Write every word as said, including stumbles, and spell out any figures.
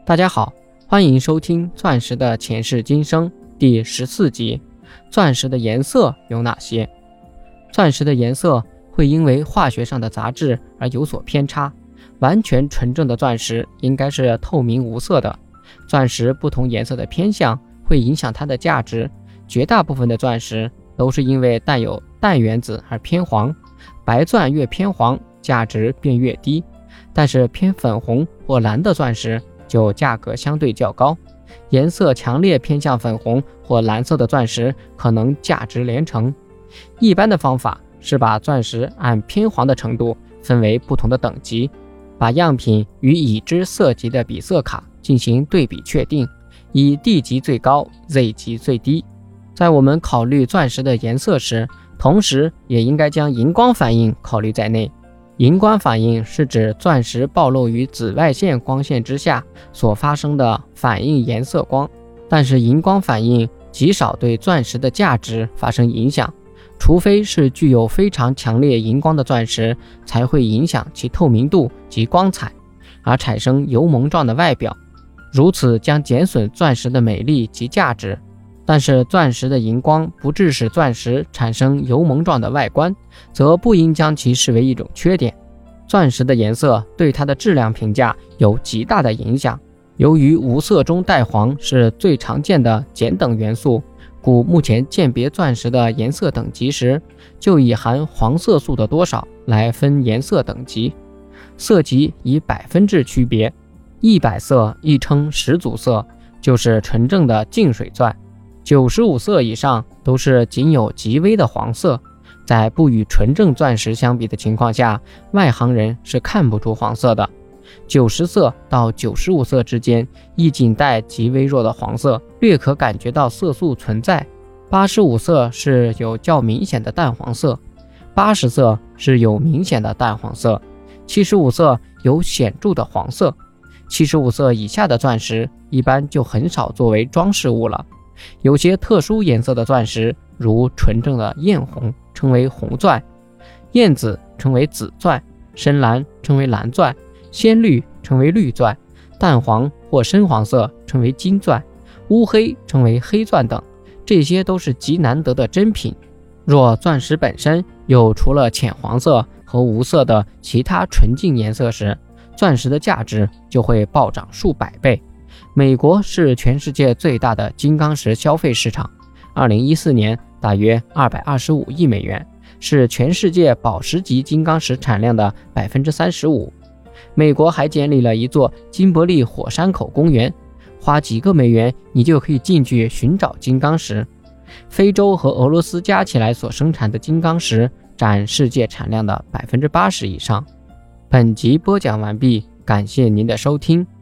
大家好，欢迎收听钻石的前世今生第十四集。钻石的颜色有哪些？钻石的颜色会因为化学上的杂质而有所偏差。完全纯正的钻石应该是透明无色的。钻石不同颜色的偏向会影响它的价值。绝大部分的钻石都是因为带有氮原子而偏黄，白钻越偏黄，价值便越低。但是偏粉红或蓝的钻石就价格相对较高，颜色强烈偏向粉红或蓝色的钻石可能价值连城。一般的方法是把钻石按偏黄的程度分为不同的等级，把样品与已知色级的比色卡进行对比确定，以 D 级最高 Z 级最低。在我们考虑钻石的颜色时，同时也应该将荧光反应考虑在内。荧光反应是指钻石暴露于紫外线光线之下所发生的反应颜色光，但是荧光反应极少对钻石的价值发生影响，除非是具有非常强烈荧光的钻石才会影响其透明度及光彩，而产生油蒙状的外表，如此将减损钻石的美丽及价值。但是钻石的荧光不致使钻石产生油蒙状的外观，则不应将其视为一种缺点。钻石的颜色对它的质量评价有极大的影响。由于无色中带黄是最常见的简等元素，故目前鉴别钻石的颜色等级时，就以含黄色素的多少来分颜色等级。色级以百分制区别，一百色亦称十组色，就是纯正的净水钻。九十五色以上都是仅有极微的黄色，在不与纯正钻石相比的情况下，外行人是看不出黄色的。九十色到九十五色之间亦仅带极微弱的黄色，略可感觉到色素存在。八十五色是有较明显的淡黄色，八十色是有明显的淡黄色，七十五色有显著的黄色。七十五色以下的钻石一般就很少作为装饰物了。有些特殊颜色的钻石，如纯正的艳红称为红钻，艳紫称为紫钻，深蓝称为蓝钻，鲜绿称为绿钻，淡黄或深黄色称为金钻，乌黑称为黑钻等，这些都是极难得的珍品。若钻石本身有除了浅黄色和无色的其他纯净颜色时，钻石的价值就会暴涨数百倍。美国是全世界最大的金刚石消费市场，二零一四年大约二百二十五亿美元，是全世界宝石级金刚石产量的 百分之三十五。 美国还建立了一座金伯利火山口公园，花几个美元你就可以进去寻找金刚石。非洲和俄罗斯加起来所生产的金刚石占世界产量的 百分之八十 以上。本集播讲完毕，感谢您的收听。